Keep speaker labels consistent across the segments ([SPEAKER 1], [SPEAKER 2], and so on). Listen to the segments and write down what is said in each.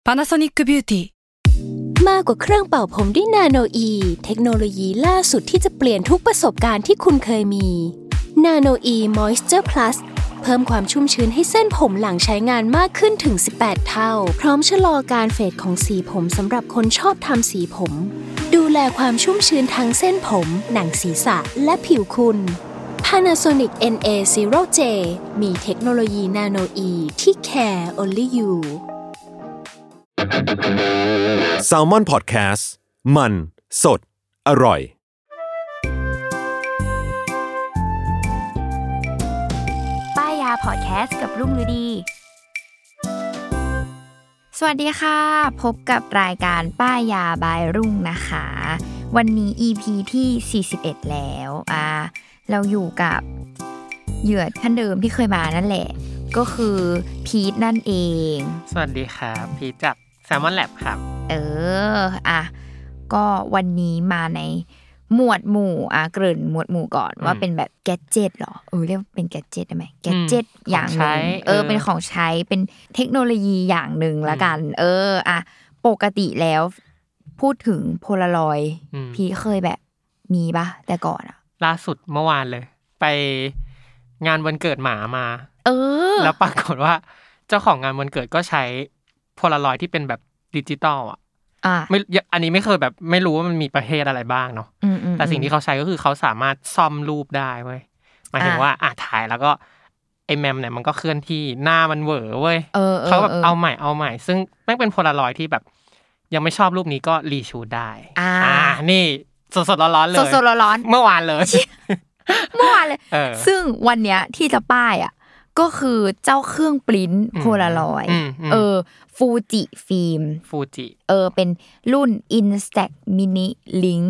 [SPEAKER 1] Panasonic Beauty
[SPEAKER 2] มากกว่าเครื่องเป่าผมด้วยนาโนอีเทคโนโลยีล่าสุดที่จะเปลี่ยนทุกประสบการณ์ที่คุณเคยมีนาโนอีมอยส์เจอร์พลัสเพิ่มความชุ่มชื้นให้เส้นผมหลังใช้งานมากขึ้นถึง18เท่าพร้อมชะลอการเฟดของสีผมสำหรับคนชอบทำสีผมดูแลความชุ่มชื้นทั้งเส้นผมหนังศีรษะและผิวคุณ Panasonic NA0J มีเทคโนโลยีนาโนอีที่ care only you
[SPEAKER 3] Salmon Podcast มันสดอร่อย
[SPEAKER 4] ป้ายาพอดแคสต์กับรุ่งฤดีสวัสดีค่ะพบกับรายการป้ายาบายรุ่งนะคะวันนี้ EP ที่41แล้วเราอยู่กับเหยื่อท่านเดิมที่เคยมานั่นแหละก็คือพีทนั่นเอง
[SPEAKER 5] สวัสดีครับพีทจาก Salmon Lab ครับ
[SPEAKER 4] ก็วันนี้มาในหมวดหมู่เกริ่นหมวดหมู่ก่อนว่าเป็นแบบแกดเจ็ตหรอเรียกเป็นแกดเจ็ตได้ไหมแกดเจ็ตอย่างนึงเป็นของใช้เป็นเทคโนโลยีอย่างนึงละกันปกติแล้วพูดถึงโพลารอยด์พี่เคยแบบมีป่ะแต่ก่อน
[SPEAKER 5] ล่าสุดเมื่อวานเลยไปงานวันเกิดหมามาแล้วปรากฏว่าเจ้าของงานวันเกิดก็ใช้โพลารอยด์ที่เป็นแบบดิจิตอลไม่อันนี้ไม่เคยแบบไม่รู้ว่ามันมีประเภทอะไรบ้างเนาะแต่สิ่งที่เขาใช้ก็คือเขาสามารถซ่อมรูปได้เว้ยหมายถึงว่าถ่ายแล้วก็ไอ้แมมเนี่ยมันก็เคลื่อนที่หน้ามันเหวอเว้ยเขาแบบเอาใหม่ซึ่งแม่งเป็นโพลารอยด์ที่แบบยังไม่ชอบรูปนี้ก็รีชูตได้นี่สดๆร้อนๆเลย
[SPEAKER 4] สดๆร้อน
[SPEAKER 5] ๆเมื่อวานเลย
[SPEAKER 4] ซึ่งวันเนี้ยที่จะป้ายก็คือเจ้าเครื่องปริ้นโพลารอยด์ฟูจิฟิล์มเป็นรุ่น Instax Mini Link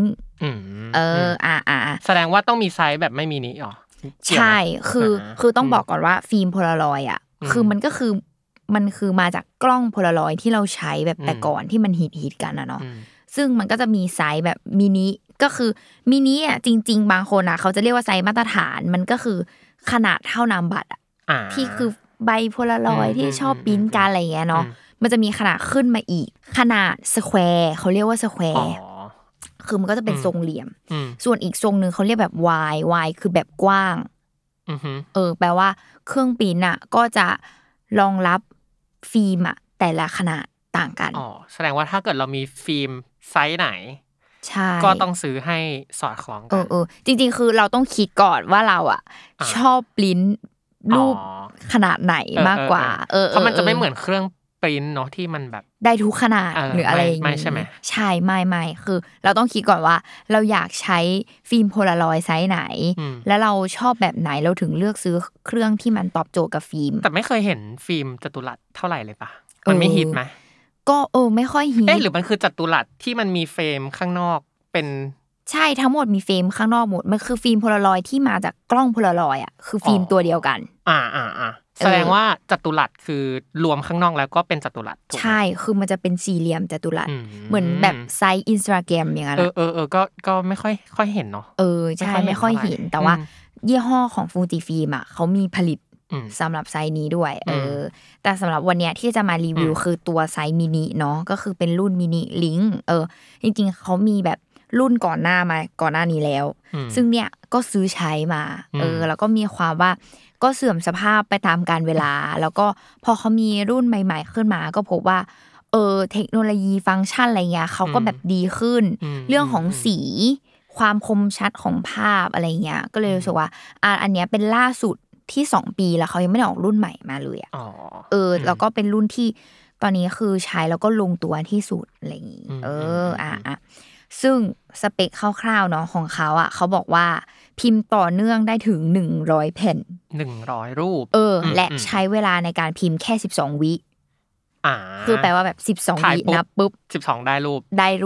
[SPEAKER 5] แสดงว่าต้องมีไซส์แบบไม่มินิหรอ
[SPEAKER 4] ใช่คือต้องบอกก่อนว่าฟิล์มโพลารอยด์คือมันคือมาจากกล้องโพลารอยด์ที่เราใช้แบบแต่ก่อนที่มันฮิตกันเนาะซึ่งมันก็จะมีไซส์แบบมินิก็คือมินิจริงๆบางคนเขาจะเรียกว่าไซส์มาตรฐานมันก็คือขนาดเท่านามบัตรที่คือใบโพลารอยด์ที่ชอบปริ้นกันอะไรอย่างเงี้ยเนาะมันจะมีขนาดขึ้นมาอีกขนาดสแควร์เขาเรียกว่าสแควร์คือมันก็จะเป็นทรงเหลี่ยมส่วนอีกทรงนึงเขาเรียกแบบ Y คือแบบกว้างแปลว่าเครื่องปริ้นก็จะรองรับฟิล์มแต่ละขนาดต่างกัน
[SPEAKER 5] แสดงว่าถ้าเกิดเรามีฟิล์มไซส์ไหน
[SPEAKER 4] ใช่
[SPEAKER 5] ก็ต้องซื้อให้สอดคล้องกัน
[SPEAKER 4] จริงๆคือเราต้องคิดก่อนว่าเราชอบปริ้นรูปขนาดไหนมากกว่า
[SPEAKER 5] เพราะมันจะไม่เหมือนเครื่องปริ้นเนาะที่มันแบบ
[SPEAKER 4] ได้ทุกขนาดหรืออะไรอย่างงี้
[SPEAKER 5] ใช่ไหม
[SPEAKER 4] ใช่ไม่คือเราต้องคิดก่อนว่าเราอยากใช้ฟิล์มโพลารอยด์ไซส์ไหนแล้วเราชอบแบบไหนเราถึงเลือกซื้อเครื่องที่มันตอบโจทย์กับฟิล์ม
[SPEAKER 5] แต่ไม่เคยเห็นฟิล์มจัตุรัสเท่าไหร่เลยปะมันไม่ฮิตไหม
[SPEAKER 4] ก็ไม่ค่อยฮิต
[SPEAKER 5] หรือมันคือจัตุรัสที่มันมีเฟรมข้างนอกเป็น
[SPEAKER 4] ใช่ทั้งหมดมีเฟรมข้างนอกหมดมันคือฟิล์มโพลารอยด์ที่มาจากกล้องโพลารอยด์คือฟิล์มตัวเดียวกัน
[SPEAKER 5] แสดงว่าจัตุรัสคือรวมข้างนอกแล้วก็เป็นจัตุรัส
[SPEAKER 4] ใช่คือมันจะเป็นสี่เหลี่ยมจัตุรัสเหมือนแบบไซส์ Instagram อย่างนั้น
[SPEAKER 5] ก็ไม่ค่อยเห็นเนาะ
[SPEAKER 4] ใช่ไม่ค่อยเห็นแต่ว่ายี่ห้อของฟูจิฟิล์มเขามีผลิตสำหรับไซส์นี้ด้วยแต่สำหรับวันเนี้ยที่จะมารีวิวคือตัวไซส์มินิเนาะก็คือเป็นรุ่นมินิลิงก์จริงๆเขามีแบบรุ่นก่อนหน้านี้แล้วซึ่งเนี่ยก็ซื้อใช้มาแล้วก็มีความว่าก็เสื่อมสภาพไปตามกาลเวลาแล้วก็พอเขามีรุ่นใหม่ๆขึ้นมาก็พบว่าเทคโนโลยีฟังก์ชันอะไรเงี้ยเขาก็แบบดีขึ้นเรื่องของสีความคมชัดของภาพอะไรเงี้ยก็เลยรู้สึกว่าอันเนี้ยเป็นล่าสุดที่2ปีแล้วเขายังไม่ได้ออกรุ่นใหม่มาเลยแล้วก็เป็นรุ่นที่ตอนนี้คือใช้แล้วก็ลงตัวที่สุดอะไรอย่างงี้ซึ่งสเปคคร่าวๆเนาะของเขาเขาบอกว่าพิมพ์ต่อเนื่องได้ถึง100แผ่น
[SPEAKER 5] 100รูป
[SPEAKER 4] และใช้เวลาในการพิมพ์แค่12วิคือแปลว่าแบบ12วินับปุ๊บ
[SPEAKER 5] 12ได้รูป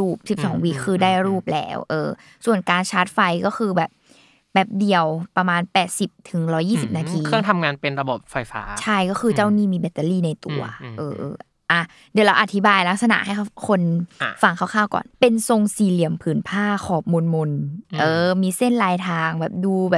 [SPEAKER 4] 12วิคือได้รูปแล้วส่วนการชาร์จไฟก็คือแบบเดียวประมาณ80ถึง120นาที
[SPEAKER 5] เครื่องทำงานเป็นระบบไฟฟ้า
[SPEAKER 4] ใช่ก็คือเจ้านี่มีแบตเตอรี่ในตัวเดี๋ยวเราอธิบายลักษณะให้คนฟังคร่าวๆก่อนเป็นทรงสี่เหลี่ยมผืนผ้าขอบมนมีเส้นลายทางแบบดูแบบ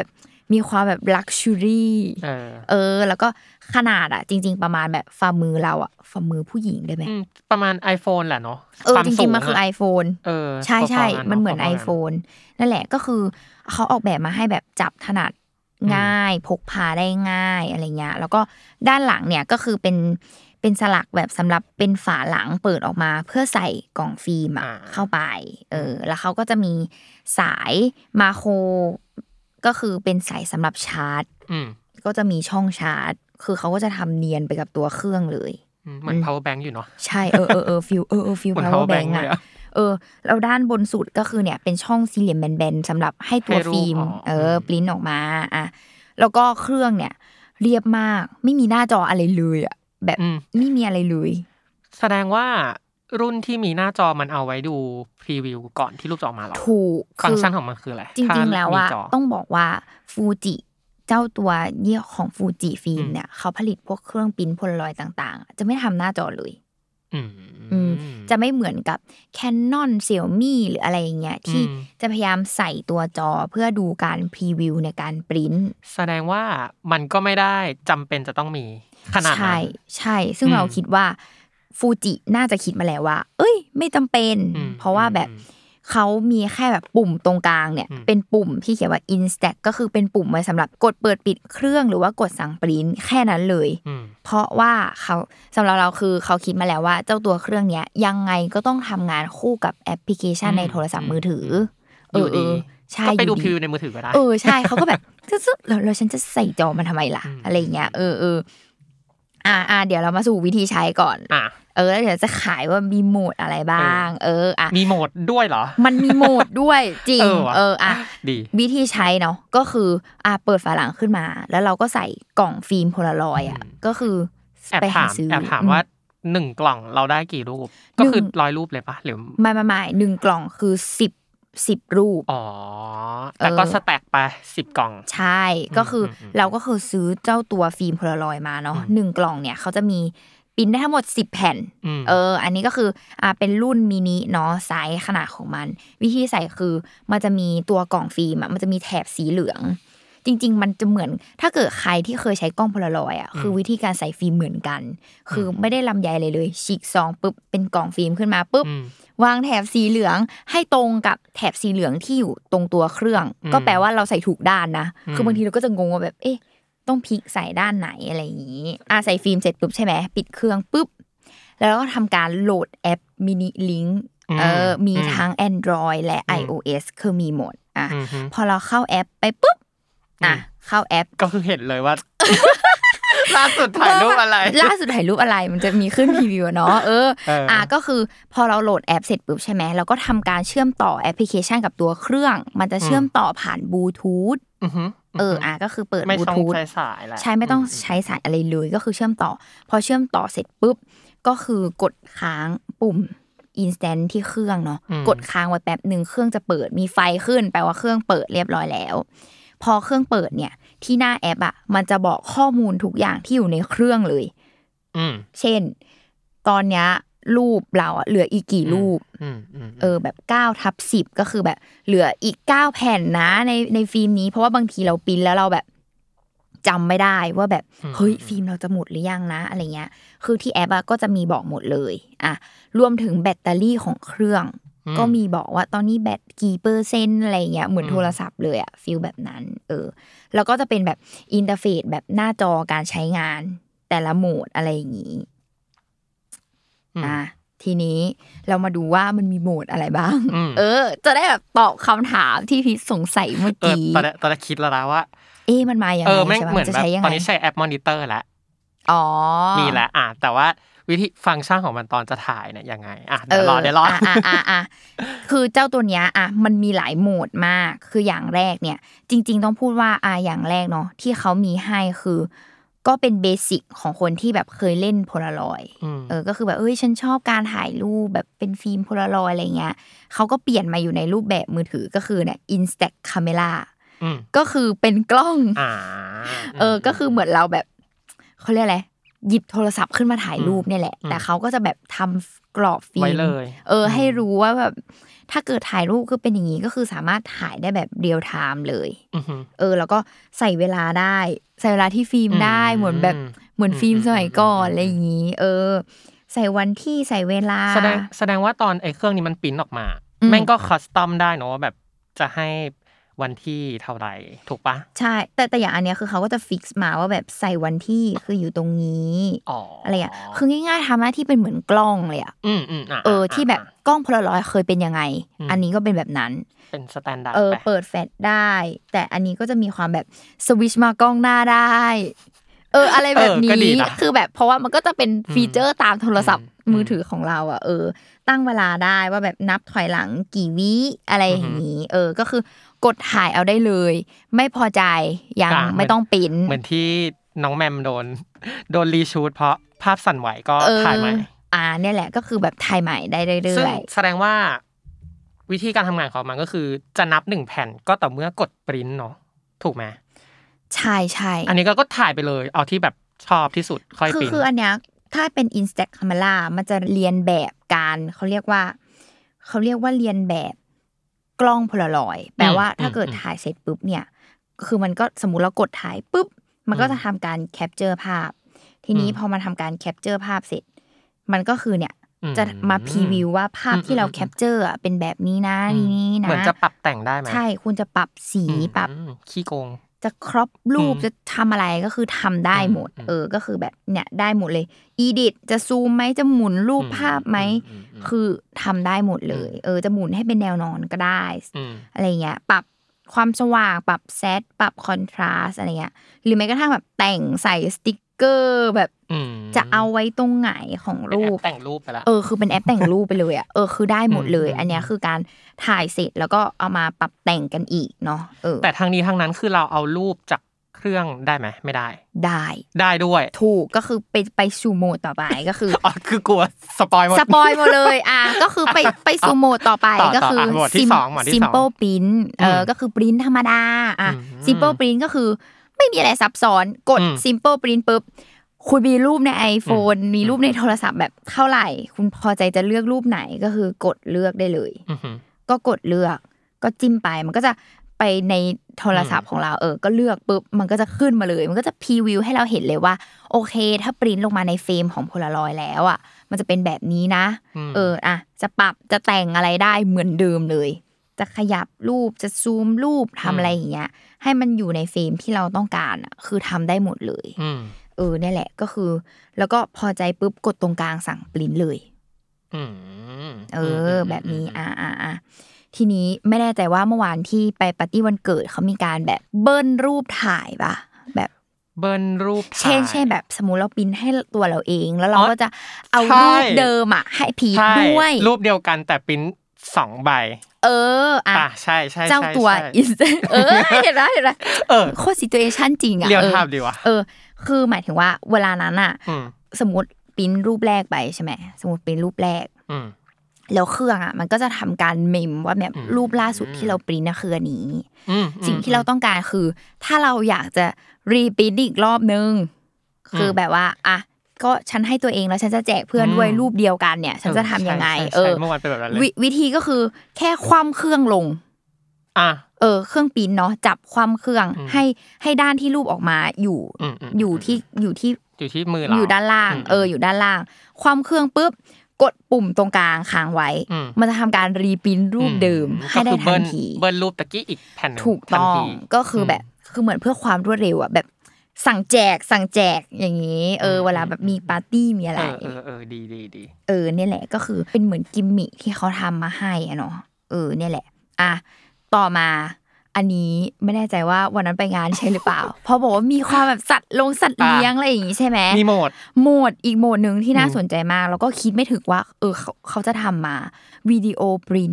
[SPEAKER 4] มีความแบบลักชัวรี่แล้วก็ขนาดอ่ะจริงๆประมาณแบบฝ่ามือเราอ่ะฝ่ามือผู้หญิงได้ไหม
[SPEAKER 5] ประมาณ iPhone แหละเนาะ
[SPEAKER 4] จริงๆมันคือ iPhone ใช่ๆมันเหมือน iPhone นั่นแหละก็คือเขาออกแบบมาให้แบบจับถนัดง่ายพกพาได้ง่ายอะไรเงี้ยแล้วก็ด้านหลังเนี่ยก็คือเป็นสลักแบบสำหรับเป็นฝาหลังเปิดออกมาเพื่อใส่กล่องฟิล์มเข้าไปแล้วเขาก็จะมีสายมาโครก็คือเป็นสายสำหรับชาร์จก็จะมีช่องชาร์จคือเขาก็จะทำเนียนไปกับตัวเครื่องเลย
[SPEAKER 5] เหมือน power bank อยู่เนาะ
[SPEAKER 4] ใช่ฟิลpower bank อ่ะแล้วด้านบนสุดก็คือเนี่ยเป็นช่องสี่เหลี่ยมแบนๆสำหรับให้ตัวฟิล์มปริ้นออกมาแล้วก็เครื่องเนี่ยเรียบมากไม่มีหน้าจออะไรเลยอ่ะแบบไม่มีอะไรเลย
[SPEAKER 5] แสดงว่ารุ่นที่มีหน้าจอมันเอาไว้ดูพรีวิวก่อนที่รูปจะออกมาหรอ
[SPEAKER 4] ถูก
[SPEAKER 5] ฟังก์ชันของมันคืออะไร
[SPEAKER 4] จริงๆแล้วว่าต้องบอกว่าฟูจิเจ้าตัวยี่ห้อของฟูจิฟิล์มเนี่ยเขาผลิตพวกเครื่องปริ้นโพลารอยด์ต่างๆจะไม่ทำหน้าจอเลยจะไม่เหมือนกับ Canon Xiaomi หรืออะไรอย่างเงี้ยที่จะพยายามใส่ตัวจอเพื่อดูการพรีวิวในการปริ้น
[SPEAKER 5] แสดงว่ามันก็ไม่ได้จำเป็นจะต้องมีขนาดนั้น
[SPEAKER 4] ใช่ซึ่งเราคิดว่าฟูจิน่าจะคิดมาแล้วว่าเอ้ยไม่จำเป็นเพราะว่าแบบเขามีแค่แบบปุ่มตรงกลางเนี่ยเป็นปุ่มที่เขียนว่า Instack ก็คือเป็นปุ่มไว้สำหรับกดเปิดปิดเครื่องหรือว่ากดสั่งปริ้นแค่นั้นเลยเพราะว่าเขาสำหรับเราคือเขาคิดมาแล้วว่าเจ้าตัวเครื่องเนี้ยยังไงก็ต้องทำงานคู่กับแอปพลิเคชันในโทรศัพท์มือถือ
[SPEAKER 5] ใช่ก็ไปดูพรีวิวในมือถือก็ได้
[SPEAKER 4] ใช่เขาก็แบบแล้วฉันจะใส่จอมันทำไมล่ะอะไรเงี้ยเดี๋ยวเรามาสู่วิธีใช้ก่อนแล้วเดี๋ยวจะขายว่ามีโหมดอะไรบ้าง
[SPEAKER 5] มีโหมดด้วยเหรอ
[SPEAKER 4] มันมีโหมดด้วยจริง
[SPEAKER 5] ดี
[SPEAKER 4] วิธีใช้เนาะก็คือเปิดฝาหลังขึ้นมาแล้วเราก็ใส่กล่องฟิล์มโพลารอยด์ก็คือ
[SPEAKER 5] ไปหาซื้อแอบถามว่า1กล่องเราได้กี่รูปก็คือ100รูปเลยปะหรือ
[SPEAKER 4] ไม่1กล่องคือ10รูป
[SPEAKER 5] แต่ก็สแต็กไป10กล่อง
[SPEAKER 4] ใช่ก็คือเราก็คือซื้อเจ้าตัวฟิล์มโพลารอยด์มาเนาะ1กล่องเนี่ยเขาจะมีปริ้นได้ทั้งหมด10แผ่นอันนี้ก็คือเป็นรุ่นมินิเนาะไซส์ขนาดของมันวิธีใส่คือมันจะมีตัวกล่องฟิล์มมันจะมีแถบสีเหลืองจริงๆมันจะเหมือนถ้าเกิดใครที่เคยใช้กล้องโพลารอยด์คือวิธีการใส่ฟิล์มเหมือนกันคือไม่ได้ลำใหญ่เลยฉีกซองปุ๊บเป็นกล่องฟิล์มขึ้นมาปุ๊บวางแถบสีเหลืองให้ตรงกับแถบสีเหลืองที่อยู่ตรงตัวเครื่องก็แปลว่าเราใส่ถูกด้านนะคือบางทีเราก็จะงงว่าแบบต้องพลิกใส่ด้านไหนอะไรอย่างนี้ใส่ฟิล์มเสร็จปุ๊บใช่ไหมปิดเครื่องปุ๊บแล้วก็ทำการโหลดแอปมินิลิงก์มีทั้ง Android และ iOS คือมีหมดพอเราเข้าแอปไปปุ๊บเข้าแอป
[SPEAKER 5] ก็คือเห็นเลยว่า ล่าสุดถ่ายรูป
[SPEAKER 4] อะไรมันจะมีขึ้นพรีวิวเนาะก็คือพอเราโหลดแอปเสร็จปุ๊บใช่ไหมเราก็ทำการเชื่อมต่อแอปพลิเคชันกับตัวเครื่องมันจะเชื่อมต่อผ่านบลูทูธก็คือเปิดบลูทูธใช่ไม่ต้องใช้สายอะไรเลยก็คือเชื่อมต่อพอเชื่อมต่อเสร็จปุ๊บก็คือกดค้างปุ่ม instant ที่เครื่องเนาะกดค้างไว้แป๊บนึงเครื่องจะเปิดมีไฟขึ้นแปลว่าเครื่องเปิดเรียบร้อยแล้วพอเครื่องเปิดเนี่ยที่หน้าแอปมันจะบอกข้อมูลทุกอย่างที่อยู่ในเครื่องเลยเช่นตอนนี้รูปเราเหลืออีกกี่รูปแบบ9/10ก็คือแบบเหลืออีก9แผ่นนะในฟิล์มนี้เพราะว่าบางทีเราปริ้นแล้วเราแบบจำไม่ได้ว่าแบบเฮ้ยฟิล์มเราจะหมดหรือยังนะอะไรเงี้ยคือที่แอปก็จะมีบอกหมดเลยรวมถึงแบตเตอรี่ของเครื่องก็มีบอกว่าตอนนี้แบตกี่เปอร์เซ็นต์อะไรเงี้ยเหมือนโทรศัพท์เลยฟีลแบบนั้นแล้วก็จะเป็นแบบอินเทอร์เฟซแบบหน้าจอการใช้งานแต่ละโหมดอะไรอย่างงี้ทีนี้เรามาดูว่ามันมีโหมดอะไรบ้างจะได้แบบตอบคำถามที่พิษสงสัยเมื่อกี้
[SPEAKER 5] ตอนแรกคิดแล้วนะว่า
[SPEAKER 4] มันมาอย่างไร
[SPEAKER 5] ใช่ไหมจะใช้ยังไงตอนนี้ใช้แอปมอนิเตอร์แล้วมีแล้วแต่ว่าวิธีฟังก์ชันของมันตอนจะถ่ายเนี่ยยังไงเดี๋ยวรอ
[SPEAKER 4] คือเจ้าตัวเนี้ยมันมีหลายโหมดมากคืออย่างแรกเนี่ยจริงๆต้องพูดว่าอย่างแรกเนาะที่เขามีให้คือก็เป็นเบสิกของคนที่แบบเคยเล่นโพลารอยด์ก็คือแบบฉันชอบการถ่ายรูปแบบเป็นฟิล์มโพลารอยด์อะไรเงี้ยเขาก็เปลี่ยนมาอยู่ในรูปแบบมือถือก็คือเนี่ย Instax Camera ก็คือเป็นกล้องก็คือเหมือนเราแบบเขาเรียกอะไรหยิบโทรศัพท์ขึ้นมาถ่ายรูปเนี่ยแหละแต่เขาก็จะแบบทำกรอบฟิล์มให้รู้ว่าแบบถ้าเกิดถ่ายรูปคือเป็นอย่างนี้ก็คือสามารถถ่ายได้แบบเรียลไทม์เลยแล้วก็ใส่เวลาได้ใส่เวลาที่ฟิล์มได้เหมือนฟิล์มสมัยก่อนอะไรอย่างนี้ใส่วันที่ใส่เวลา
[SPEAKER 5] แสดงว่าตอนไอ้เครื่องนี้มันปริ้นออกมาแม่งก็คัสตอมได้เนาะแบบจะให้วันที่เท่าไหร่ถูกปะ
[SPEAKER 4] ใช่แต่อย่างอันเนี้ยคือเขาก็จะฟิกซ์มาว่าแบบใส่วันที่คืออยู่ตรงนี้อะไรอ่ะคือง่ายๆทำหน้าที่เป็นเหมือนกล้องเลยอ่ะที่แบบกล้องโพลารอยด์เคยเป็นยังไงอันนี้ก็เป็นแบบนั้น
[SPEAKER 5] เป็นสแตนดาร์
[SPEAKER 4] ดเปิดแฟลชได้แต่อันนี้ก็จะมีความแบบสวิตช์มากล้องหน้าได้อะไรแบบนี้คือแบบเพราะว่ามันก็จะเป็นฟีเจอร์ตามโทรศัพท์มือถือของเราอ่ะตั้งเวลาได้ว่าแบบนับถอยหลังกี่วิอะไรอย่างนี้ก็คือกดถ่ายเอาได้เลยไม่พอใจยังไม่ต้องปริ้น
[SPEAKER 5] เหมือนที่น้องแมมโดนรีชูตเพราะภาพสั่นไหวก็ถ่ายใหม่
[SPEAKER 4] เนี่ยแหละก็คือแบบถ่ายใหม่ได้เรื่อย
[SPEAKER 5] ๆแสดงว่าวิธีการทำงานของมันก็คือจะนับ1แผ่นก็ต่อเมื่อกดปริ้นเนาะถูกไหม
[SPEAKER 4] ใช่
[SPEAKER 5] อันนี้ก็ถ่ายไปเลยเอาที่แบบชอบที่สุดค่อยปริ้น
[SPEAKER 4] คืออันเนี้ยถ้าเป็น Instax Camera มันจะเรียนแบบการเขาเรียกว่าเรียนแบบกล้องโพลารอยด์แปลว่าถ้าเกิดถ่ายเสร็จปุ๊บเนี่ยคือมันก็สมมุติเรากดถ่ายปุ๊บมันก็จะทำการแคปเจอร์ภาพทีนี้พอมันทำการแคปเจอร์ภาพเสร็จมันก็คือเนี่ยจะมาพรีวิวว่าภาพที่เราแคปเจอร์เป็นแบบนี้นะนี่นะ
[SPEAKER 5] เหมือนจะปรับแต่งได้ไหม
[SPEAKER 4] ใช่คุณจะปรับสีปรับ
[SPEAKER 5] ขี้โกง
[SPEAKER 4] จะครอปรูปจะทำอะไรก็คือทำได้หมดก็คือแบบเนี่ยได้หมดเลยอีดิทจะซูมไหมจะหมุนรูปภาพไหมคือทำได้หมดเลยจะหมุนให้เป็นแนวนอนก็ได้อะไรเงี้ยปรับความสว่างปรับเซตปรับคอนทราสอะไรเงี้ยหรือแม้กระทั่งแบบแต่งใส่สติ๊กเกอร์แบบจะเอาไว้ตรงไหนของรูป
[SPEAKER 5] แต่งรูปไปละ
[SPEAKER 4] คือเป็นแอปแต่งรูปไปเลยอ่ะคือได้หมดเลยอันเนี้ยคือการถ่ายเสร็จแล้วก็เอามาปรับแต่งกันอีกเนาะ
[SPEAKER 5] แต่ทางนี้ทางนั้นคือเราเอารูปจากเครื่องได้ไหมไม่ได้
[SPEAKER 4] ได้
[SPEAKER 5] ด้วย
[SPEAKER 4] ถูกก็คือไปสู่โหมดต่อไปก็คือ
[SPEAKER 5] คือกลัวสปอยหม
[SPEAKER 4] ดเลยก็คือไปสู่โหมดต่อไปก็คือ simple print ก็คือ print ธรรมดาsimple print ก็คือไม่มีอะไรซับซ้อนกด simple print ปุ๊บคุณมีรูปใน iPhone มีรูปในโทรศัพท์แบบเท่าไหร่คุณพอใจจะเลือกรูปไหนก็คือกดเลือกได้เลยก็กดเลือกก็จิ้มไปมันก็จะไปในโทรศัพท์ของเราก็เลือกปุ๊บมันก็จะขึ้นมาเลยมันก็จะพรีวิวให้เราเห็นเลยว่าโอเคถ้าปริ้นลงมาในเฟรมของโพลารอยด์แล้วอ่ะมันจะเป็นแบบนี้นะจะปรับจะแต่งอะไรได้เหมือนเดิมเลยจะขยับรูปจะซูมรูปทำอะไรอย่างเงี้ยให้มันอยู่ในเฟรมที่เราต้องการอ่ะคือทำได้หมดเลยนี่แหละก็คือแล้วก็พอใจปุ๊บกดตรงกลางสั่งปริ้นเลยแบบนี้ทีนี้ไม่แน่ใจว่าเมื่อวานที่ไปปาร์ตี้วันเกิดเขามีการแบบเบิ้ลรูปถ่ายป่ะแบบ
[SPEAKER 5] เบิ้ลรูปถ่าย
[SPEAKER 4] เช่นแบบสมมุติเราปริ้นให้ตัวเราเองแล้วเราก็จะเอารูปเดิมให้พีทด้วย
[SPEAKER 5] รูปเดียวกันแต่ปริ้น2ใบใช่
[SPEAKER 4] เจ้าตัวเห็นไหมโคตรซิทูเอชั่นจริง
[SPEAKER 5] เรียลไทม์ดีว่ะ
[SPEAKER 4] คือหมายถึงว่าเวลานั้นอ่ะสมมติปริ้นรูปแรกไปใช่ไหมสมมติปริ้นรูปแรกแล้วเครื่องอ่ะมันก็จะทำการเมมว่าแบบรูปล่าสุดที่เราปริ้นน่ะคืออันนี้สิ่งที่เราต้องการคือถ้าเราอยากจะรีปริ้นอีกรอบนึงคือแบบว่าก็ฉันให้ตัวเองแล้วฉันจะแจกเพื่อนด้วยรูปเดียวกันเนี่ยฉันจะทำยังไง
[SPEAKER 5] เมื่อวานเป็นแบบนั้น
[SPEAKER 4] วิธีก็คือแค่คว่ำเครื่องลงเครื่องปริ้นเนาะจับคว่ำเครื่องให้ด้านที่รูปออกมาอยู่ที่
[SPEAKER 5] มือเรา
[SPEAKER 4] อยู่ด้านล่างอยู่ด้านล่างคว่ำเครื่องปุ๊บกดปุ่มตรงกลางค้างไว้มันจะทำการรีปริ้นรูปเดิมให้ได้ทันที
[SPEAKER 5] เบิ้ลรูปตะกี้อีกแผ่น
[SPEAKER 4] ถูกต้องก็คือแบบคือเหมือนเพื่อความรวดเร็วอ่ะแบบสั่งแจกอย่างนี้เวลาแบบมีปาร์ตี้มีอะไร
[SPEAKER 5] ดี
[SPEAKER 4] เนี่ยแหละก็คือเป็นเหมือนกิมมิคที่เขาทำมาให้เนาะเนี่ยแหละต่อมาอันนี้ไม่แน่ใจว่าวันนั้นไปงานใช่หรือเปล่าเพราะบอกว่ามีความแบบสัตว์เลี้ยงอะไรอย่างงี้ใช่ไหม
[SPEAKER 5] มีโหม
[SPEAKER 4] ดอีกโหมดนึงที่น่าสนใจมากแล้วก็คิดไม่ถึงว่าเขาจะทำมาวิดีโอปริ้น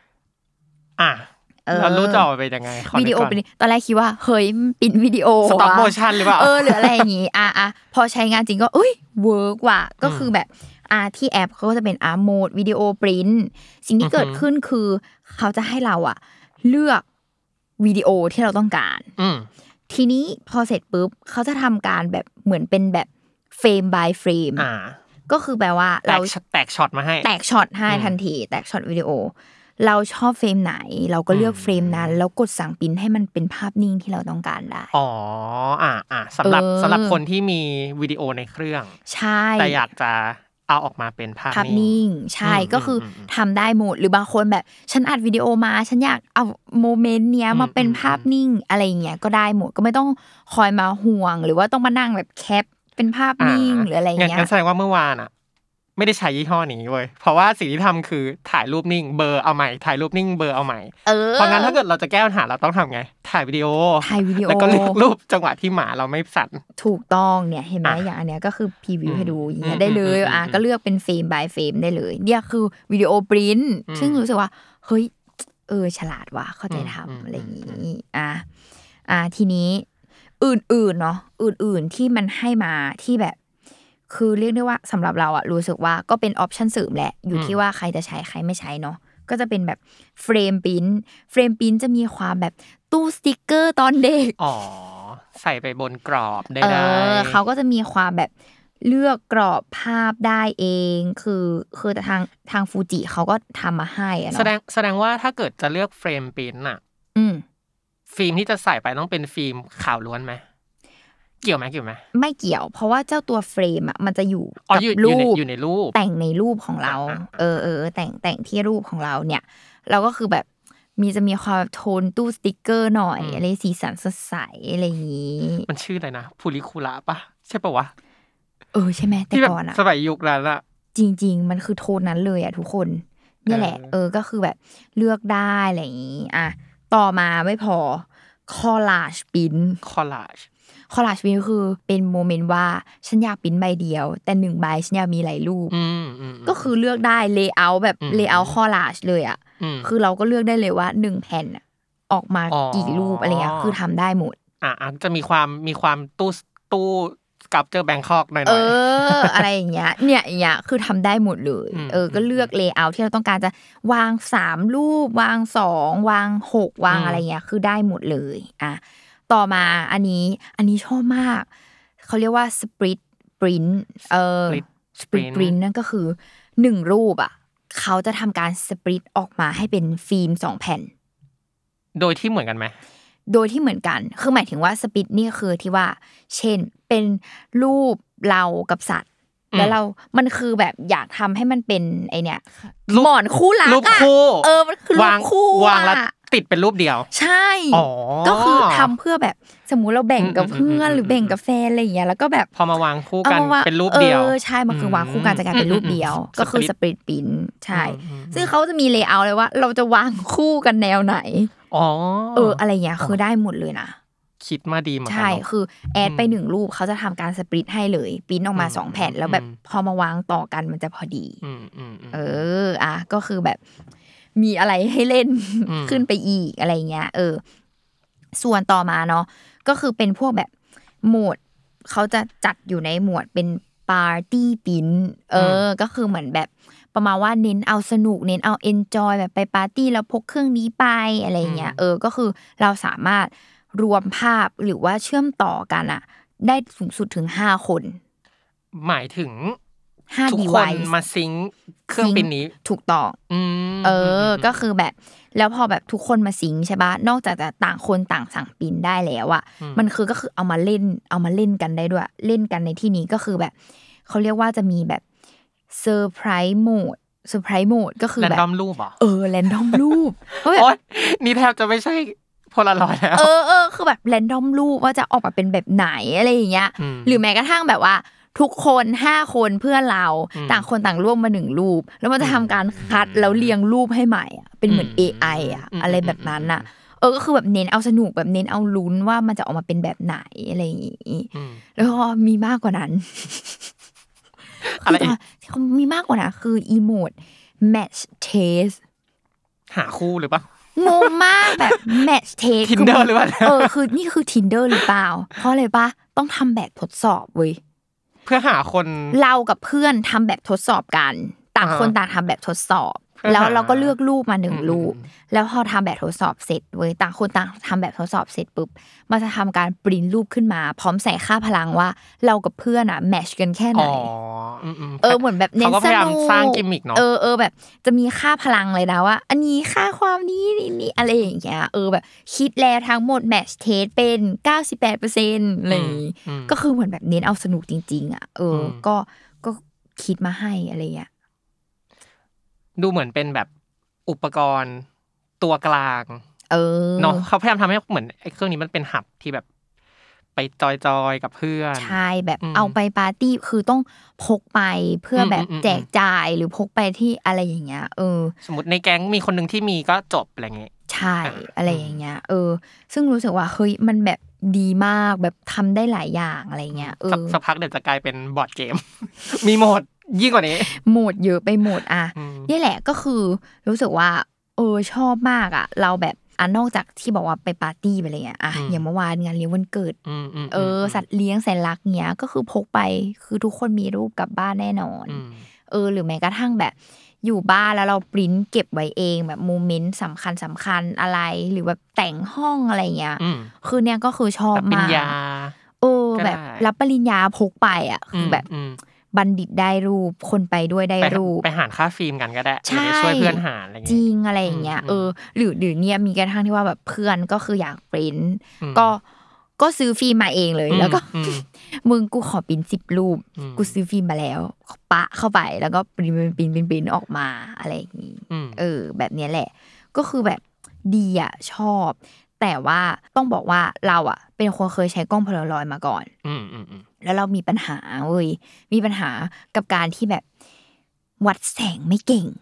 [SPEAKER 5] เรารู้จะออกไปยังไง
[SPEAKER 4] วิดีโอปริ้นตอนแรกคิดว่าเฮ้ยปริ้นวิดีโอ
[SPEAKER 5] สต็อปโมชั่นหรือเปล่า
[SPEAKER 4] หรืออะไรอย่างงี้พอใช้งานจริงก็เวิร์กว่ะก็คือแบบที่แอปเขาก็จะเป็นโหมดวิดีโอปริ้นสิ่งที่เกิดขึ้นคือเขาจะให้เราเลือกวิดีโอที่เราต้องการทีนี้พอเสร็จปุ๊บเขาจะทำการแบบเหมือนเป็นแบบเฟรม by เฟรมก็คือแปลว่าเรา
[SPEAKER 5] แตกช็อตมาให้
[SPEAKER 4] แตกช็อตให้ทันทีแตกช็อตวิดีโอเราชอบเฟรมไหนเราก็เลือกเฟรมนั้นแล้วกดสั่งพิมพ์ให้มันเป็นภาพนิ่งที่เราต้องการได้
[SPEAKER 5] สำหรับคนที่มีวิดีโอในเครื่อง
[SPEAKER 4] ใช่
[SPEAKER 5] แต่อยากจะเอาออกมาเป็นภาพ
[SPEAKER 4] นิ่งใช่ก็คือทำได้หมดหรือบางคนแบบฉันอัดวิดีโอมาฉันอยากเอาโมเมนต์เนี้ยมาเป็นภาพนิ่งอะไรอย่างเงี้ยก็ได้หมดก็ไม่ต้องคอยมาห่วงหรือว่าต้องมานั่งแบบแคปเป็นภาพนิ่งหรืออะไรเงี้ย
[SPEAKER 5] งั้นแสดงว่าเมื่อวานไม่ได้ใช้ยี่ห้อนี้เว้ยเพราะว่าสิ่งที่ทำคือถ่ายรูปนิ่งเบอร์เอาใหม่ถ่ายรูปนิ่งเบอร์เอาใหม่เพราะงั้นถ้าเกิดเราจะแก้ปัญหาเราต้องทำไงถ่ายวิดีโอแล้วก็เลือกรูปจังหวะที่หมาเราไม่สั่น
[SPEAKER 4] ถูกต้องเนี่ยเห็นไหมอย่างอันเนี้ยก็คือพรีวิวให้ดูอย่างเงี้ยได้เลยก็เลือกเป็นเฟรม by เฟรมได้เลยเนี่ยคือวิดีโอปริ้นซึ่งรู้สึกว่าเฮ้ยฉลาดว่ะเข้าใจทำอะไรอย่างงี้ทีนี้อื่นๆเนาะอื่นๆที่มันให้มาที่แบบคือเรียกได้ว่าสำหรับเรารู้สึกว่าก็เป็นออปชั่นเสริมแหละอยู่ที่ว่าใครจะใช้ใครไม่ใช้เนาะก็จะเป็นแบบเฟรมพิมพ์จะมีความแบบตู้สติกเกอร์ตอนเด็ก
[SPEAKER 5] ใส่ไปบนกรอบได้
[SPEAKER 4] เขาก็จะมีความแบบเลือกกรอบภาพได้เองคือทางฟูจิเขาก็ทำมาให้เนาะ
[SPEAKER 5] แสดงว่าถ้าเกิดจะเลือกเฟรมพิมพ์ฟิล์มที่จะใส่ไปต้องเป็นฟิล์มขาวล้วนไหมเกี่ยวไหม
[SPEAKER 4] ไม่เกี่ยวเพราะว่าเจ้าตัวเฟรมมันจะอยู่กับรูป
[SPEAKER 5] อยู่ในรูป
[SPEAKER 4] แต่งในรูปของเราแต่งที่รูปของเราเนี่ยเราก็คือแบบจะมีความโทนตู้สติกเกอร์หน่อยอะไรสีสันสดใสอะไรอย่างนี้
[SPEAKER 5] มันชื่ออะไรนะพูริคุระปะใช่ปะวะ
[SPEAKER 4] ใช่ไหมแต่ก่อน
[SPEAKER 5] สมัยยุคนั้น
[SPEAKER 4] จริงๆมันคือโทนนั้นเลยทุกคนนี่แหละก็คือแบบเลือกได้อะไรอย่างนี้ต่อมาไม่พอคอลลาจปิ้น
[SPEAKER 5] คอลลาจ
[SPEAKER 4] ปิ้นคือเป็นโมเมนต์ว่าฉันอยากปิ้นใบเดียวแต่1ใบฉันอยากมีหลายรูปก็คือเลือกได้เลเยอร์แบบเลเยอร์คอลลาจเลยคือเราก็เลือกได้เลยว่า1แผ่นออกมากี่รูปอะไรเงี้ยคือทำได้หมด
[SPEAKER 5] จะมีความตู้กับเจอแบงคอกหน่อย
[SPEAKER 4] ๆอะไรอย่างเงี้ยเนี่ยอย่างเงี้ยคือทำได้หมดเลยก็เลือกเลเยอร์ที่เราต้องการจะวาง3รูปวาง2วาง6วางอะไรเงี้ยคือได้หมดเลยต่อมาอันนี้ชอบมากเขาเรียกว่าสปริตปริ้นสปริตปริ้นนั่นก็คือ1รูปเขาจะทำการสปริตออกมาให้เป็นฟิล์ม2แผ่น
[SPEAKER 5] โดยที่เหมือนกันไหม
[SPEAKER 4] โดยที่เหมือนกันคือหมายถึงว่าสปริตนี่คือที่ว่าเช่นเป็นรูปเรากับสัตว์แล้วมันคือแบบอยากทำให้มันเป็นไอเนี่ยหมอนคู่รัก
[SPEAKER 5] รูปคู่
[SPEAKER 4] มันคือรูปคู่
[SPEAKER 5] วางแล้วติดเป็นรูปเดียว
[SPEAKER 4] ใช่ก็คือทำเพื่อแบบสมมุติเราแบ่งกับเพื่อนหรือแบ่งกับแฟนอะไรอย่างเงี้ยแล้วก็แบบ
[SPEAKER 5] พอมาวางคู่กันเป็นรูปเดียว
[SPEAKER 4] ใช่มันคือวางคู่กันจะกลายเป็นรูปเดียวก็คือสปริตปิ้นใช่ซึ่งเขาจะมีเลเยอร์เลยว่าเราจะวางคู่กันแนวไหนอะไรเงี้ยคือได้หมดเลยนะ
[SPEAKER 5] คิดมาดีมาก
[SPEAKER 4] ใช่คือแอดไป1รูปเขาจะทำการสปริตให้เลยปิ้นออกมา2แผ่นแล้วแบบพอมาวางต่อกันมันจะพอดีก็คือแบบมีอะไรให้เล่นขึ้นไปอีกอะไรเงี้ยส่วนต่อมาเนาะก็คือเป็นพวกแบบโหมดเขาจะจัดอยู่ในหมวดเป็นปาร์ตี้ปิ้นก็คือเหมือนแบบประมาณว่าเน้นเอาสนุกเน้นเอาเอนจอยแบบไปปาร์ตี้แล้วพกเครื่องนี้ไปอะไรเงี้ยก็คือเราสามารถรวมภาพหรือว่าเชื่อมต่อกันได้สูงสุดถึง5คน
[SPEAKER 5] หมายถึงทุกคนมาซิงค์เครื่องปิ้นนี้
[SPEAKER 4] ถูกต้องก็คือแบบแล้วพอแบบทุกคนมาซิงค์ใช่ป่ะนอกจากจะต่างคนต่างสั่งปิ้นได้แล้วมันคือก็คือเอามาเล่นกันได้ด้วยเล่นกันในที่นี้ก็คือแบบเขาเรียกว่าจะมีแบบเซอร์ไพรส์โหมดก็คือแบบ
[SPEAKER 5] แรนดอมรูป
[SPEAKER 4] แรนดอมรูป
[SPEAKER 5] โอ๊ยนี่แทบจะไม่ใช่โพลารอยด์แล้ว
[SPEAKER 4] คือแบบแรนดอมรูปว่าจะออกมาเป็นแบบไหนอะไรอย่างเงี้ยหรือแม้กระทั่งแบบว่าทุกคน5คนเพื่อนเราต่างคนต่างร่วมมา1รูปแล้วมันจะทำการคัดแล้วเรียงรูปให้ใหม่เป็นเหมือน AI อะไรแบบนั้นก็คือแบบเน้นเอาสนุกแบบเน้นเอาลุ้นว่ามันจะออกมาเป็นแบบไหนอะไรอย่างงี้แล้วก็มีมากกว่านั้น
[SPEAKER 5] อะไร
[SPEAKER 4] เขามีมากกว่านั้นคืออีโมด match taste
[SPEAKER 5] หาคู่หรือเปล่
[SPEAKER 4] างงมากแบบ match taste
[SPEAKER 5] Tinder หรือเปล่า
[SPEAKER 4] คือนี่คือ Tinder หรือเปล่าเพราะอะไรปะต้องทำแบบทดสอบเว้ย
[SPEAKER 5] เพื่อหาคน
[SPEAKER 4] เรากับเพื่อนทำแบบทดสอบกันต่างคนต่างทำแบบทดสอบ
[SPEAKER 5] เ
[SPEAKER 4] แล้วเราก็เลือกรูปมา1รูปแล้วพอทำแบบทดสอบเสร็จเว้ยต่างคนต่างทำแบบทดสอบเสร็จปุ๊บมันจะทำการปริ้นรูปขึ้นมาพร้อมใส่ค่าพลังว่าเรากับเพื่อนแมทช์กันแค่ไหนเหมือนแบบเน้นสนุก
[SPEAKER 5] สร้างกิมมิคเนาะ
[SPEAKER 4] แบบจะมีค่าพลังเลยนะว่าอันนี้ค่าความนี้นี่อะไรอย่างเงี้ยแบบคิดแล้วทั้งหมดแมทช์เทสเป็น 98% เลยก็คือเหมือนแบบเน้นเอาสนุกจริงๆก็คิดมาให้อะไรเงี้ย
[SPEAKER 5] ดูเหมือนเป็นแบบอุปกรณ์ตัวกลางเนาะเขาพยายามทำให้เหมือนไอ้เครื่องนี้มันเป็นหับที่แบบไปจอยๆกับเพื่อน
[SPEAKER 4] ใช่แบบเอาไปปาร์ตี้คือต้องพกไปเพื่อแบบแจกจ่ายหรือพกไปที่อะไรอย่างเงี้ย
[SPEAKER 5] สมมติในแก๊งมีคนนึงที่มีก็จบอะไรเงี้ย
[SPEAKER 4] ใช่อะไรอย่างเงี้ยซึ่งรู้สึกว่าเฮ้ยมันแบบดีมากแบบทำได้หลายอย่างอะไรเงี้ย
[SPEAKER 5] สักพักเดี๋ยวจะกลายเป็นบอร์ดเกม มีโหมดยิ่งกว่านี้
[SPEAKER 4] โหมดเยอะไปหมดนี่แหละก็คือรู้สึกว่าชอบมากเราแบบนอกจากที่บอกว่าไปปาร์ตี้ไปอะไรเงี้ยอย่างเมื่อวานงานเลี้ยงวันเกิดสัตว์เลี้ยงแสนรักเงี้ยก็คือพกไปคือทุกคนมีรูปกลับบ้านแน่นอนหรือแม้กระทั่งแบบอยู่บ้านแล้วเราปริ้นเก็บไว้เองแบบโมเมนต์สำคัญอะไรหรือแบบแต่งห้องอะไรเงี้ยคือเนี่ยก็คือชอบมากแบบรับปริญญาพกไปคือแบบบัณฑิตได้รูปคนไปด้วยได้รูป
[SPEAKER 5] ไปหารค่าฟิล์มกันก็ได้ช่วยเพื่อนหารอะไรเงี้ย
[SPEAKER 4] จริงอะไรอย่างเงี้ยหรือเนี่ยมีกระทั่งที่ว่าแบบเพื่อนก็คืออยากปริ้นก็ซื้อฟิล์มมาเองเลยแล้วก็มึงกูขอปริ้น10 รูปกูซื้อฟิล์มมาแล้วปะเข้าไปแล้วก็ปริ้นออกมาอะไรอย่างงี้แบบนี้แหละก็คือแบบดีชอบแต่ว่าต้องบอกว่าเราเป็นคนเคยใช้กล้องโพลารอยด์มาก่อนแล้วเรามีปัญหาเว้ยมีปัญหากับการที่แบบวัดแสงไม่เก่ง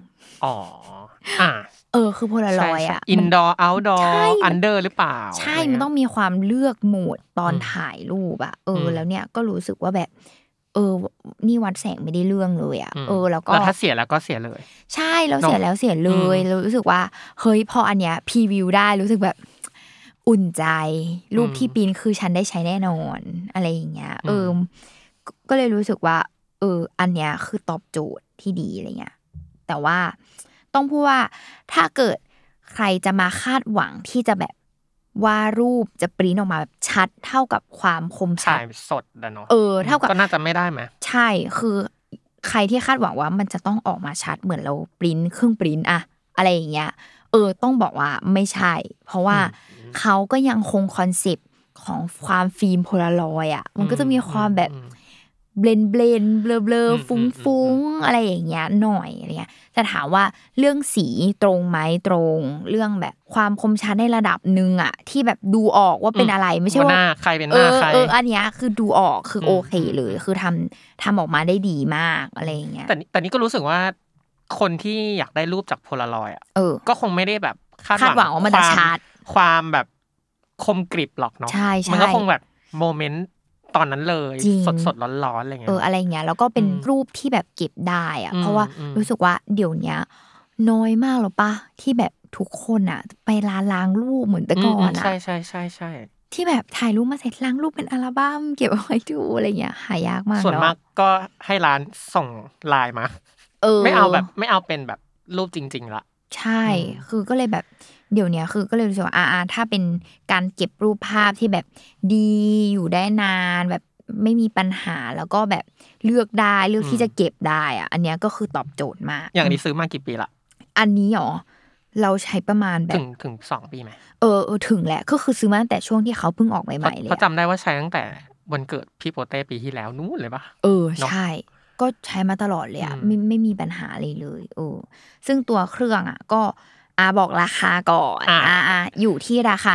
[SPEAKER 4] คือโพลารอยด์
[SPEAKER 5] อินดอร์เอาท์ดอร์อันเดอร์หรือเปล่า
[SPEAKER 4] ใช่มันต้องมีความเลือกโหมดตอนถ่ายรูปแล้วเนี่ยก็รู้สึกว่าแบบนี่วัดแสงไม่ได้เรื่องเลยแล้วก็
[SPEAKER 5] ถ้าเสียแล้วก็เสียเลย
[SPEAKER 4] ใช่แล้วเสียแล้วเสียเลยรู้สึกว่าเฮ้ยพออันเนี้ยพรีวิวได้รู้สึกแบบอุ่นใจรูปที่ปริ้นคือฉันได้ใช้แน่นอนอะไรอย่างเงี้ยก็เลยรู้สึกว่าอันเนี้ยคือตอบโจทย์ที่ดีอะไรเงี้ยแต่ว่าต้องพูดว่าถ้าเกิดใครจะมาคาดหวังที่จะแบบว่ารูปจะปริ้นออกมาแบบชัดเท่ากับความคมชัด
[SPEAKER 5] สดเนาะ
[SPEAKER 4] เท่ากับ
[SPEAKER 5] ก็น่าจะไม่ได้ไหม
[SPEAKER 4] ใช่คือใครที่คาดหวังว่ามันจะต้องออกมาชัดเหมือนเราปริ้นเครื่องปริ้นอะไรอย่างเงี้ยต้องบอกว่าไม่ใช่เพราะว่าเขาก็ยังคงคอนเซปต์ของความฟิล์มโพลารอยด์มันก็จะมีความแบบเบลนเบลอฟุ้งอะไรอย่างเงี้ยหน่อยอะไรเงี้ยแต่ถามว่าเรื่องสีตรงไหมตรงเรื่องแบบความคมชัดในระดับนึงที่แบบดูออกว่าเป็นอะไรไม่ใช่ว่า
[SPEAKER 5] หน้าใครเป็นหน้าใคร
[SPEAKER 4] อันเนี้ยคือดูออกคือโอเคเลยคือทำออกมาได้ดีมากอะไรอย่างเงี้ย
[SPEAKER 5] แต่นี่ก็รู้สึกว่าคนที่อยากได้รูปจากโพลารอยด์ก็คงไม่ได้แบบ
[SPEAKER 4] คาดหวังว่ามันจะชัด
[SPEAKER 5] ความแบบคมกริบหรอกเนาะมันก็คงแบบโมเมนต์ตอนนั้นเลยสดๆร้อนๆอะไรเงี้ย
[SPEAKER 4] อะไรเงี้ยแล้วก็เป็นรูปที่แบบเก็บได้เพราะว่ารู้สึกว่าเดี๋ยวนี้น้อยมากหรอปะที่แบบทุกคนไปล้างรูปเหมือนแต่ก่อน
[SPEAKER 5] ใช่
[SPEAKER 4] ที่แบบถ่ายรูปมาเสร็จล้างรูปเป็นอัลบั้มเก็บเอาไว้ดูอะไรเงี้ยหายากมาก
[SPEAKER 5] ส่วนมากก็ให้ร้านส่งไลน์มาไม่เอาเป็นแบบรูปจริงๆละ
[SPEAKER 4] ใช่คือก็เลยแบบเดี๋ยวนี้คือก็เลยรู้สึกว่าถ้าเป็นการเก็บรูปภาพที่แบบดีอยู่ได้นานแบบไม่มีปัญหาแล้วก็แบบเลือกที่จะเก็บได้อันนี้ก็คือตอบโจทย์มาก
[SPEAKER 5] อย่างนี้ซื้อมากี่ปีละ
[SPEAKER 4] อันนี้หรอเราใช้ประมาณแบบ
[SPEAKER 5] ถึง2 ปีไหม
[SPEAKER 4] ถึงแหละก็คือซื้อมาตั้งแต่ช่วงที่เขาเพิ่งออกใหม่ๆเลย
[SPEAKER 5] เพราะจำได้ว่าใช้ตั้งแต่วันเกิดพี่โปเต้ปีที่แล้วนู้นเลยปะ
[SPEAKER 4] ใช่ก็ใช้มาตลอดเลยไม่มีปัญหาเลยซึ่งตัวเครื่องก็บอกราคาก่อนอยู่ที่ราคา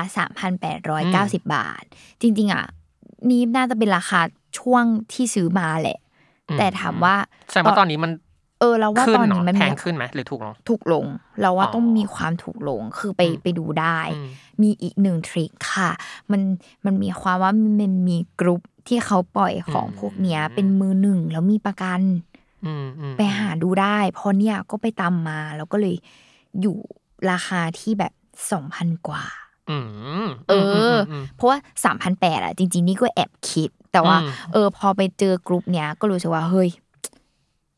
[SPEAKER 4] 3,890 บาทจริงๆนี่น่าจะเป็นราคาช่วงที่ซื้อมาแหละแต่ถามว่า
[SPEAKER 5] แสดงว่าตอนนี้มัน
[SPEAKER 4] เราว่าตอนนี้มัน
[SPEAKER 5] แพงขึ้นไหมหรือถูกลง
[SPEAKER 4] เราว่าต้องมีความถูกลงคือไปดูได้มีอีก1ทริคค่ะมันมีความว่ามันมีกรุ๊ปที่เขาปล่อยของพวกเนี้ยเป็นมือหนึ่งแล้วมีประกันไปหาดูได้เพราะเนี่ยก็ไปตามมาแล้วก็เลยอยู่ราคาที่แบบ 2,000 กว่าเพราะว่า 3,800 จริงๆนี่ก็แอบคิดแต่ว่าพอไปเจอกรุ๊ปเนี้ยก็รู้สึกว่าเฮ้ย